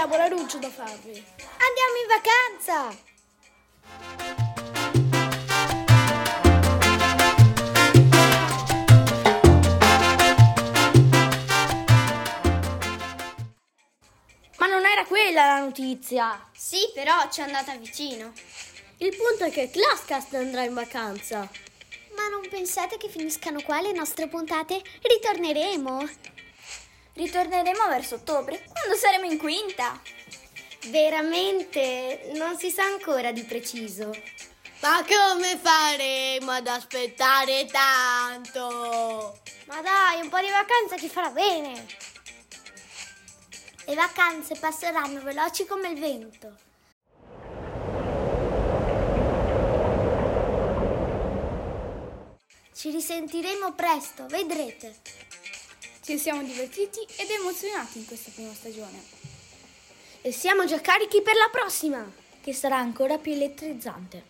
abbiamo l'annuncio da farvi. Andiamo in vacanza! Ma non era quella la notizia. Sì, però ci è andata vicino. Il punto è che Classcast andrà in vacanza. Ma non pensate che finiscano qua le nostre puntate? Ritorneremo. Ritorneremo verso ottobre, quando saremo in quinta. Veramente? Non si sa ancora di preciso. Ma come faremo ad aspettare tanto? Ma dai, un po' di vacanza ci farà bene. Le vacanze passeranno veloci come il vento. Ci risentiremo presto, vedrete. Ci siamo divertiti ed emozionati in questa prima stagione. E siamo già carichi per la prossima, che sarà ancora più elettrizzante.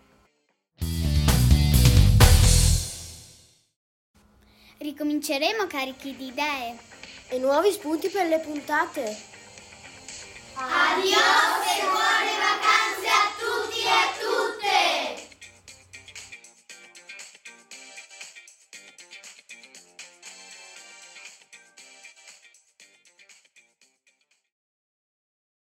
Ricominceremo carichi di idee. e nuovi spunti per le puntate. Adios!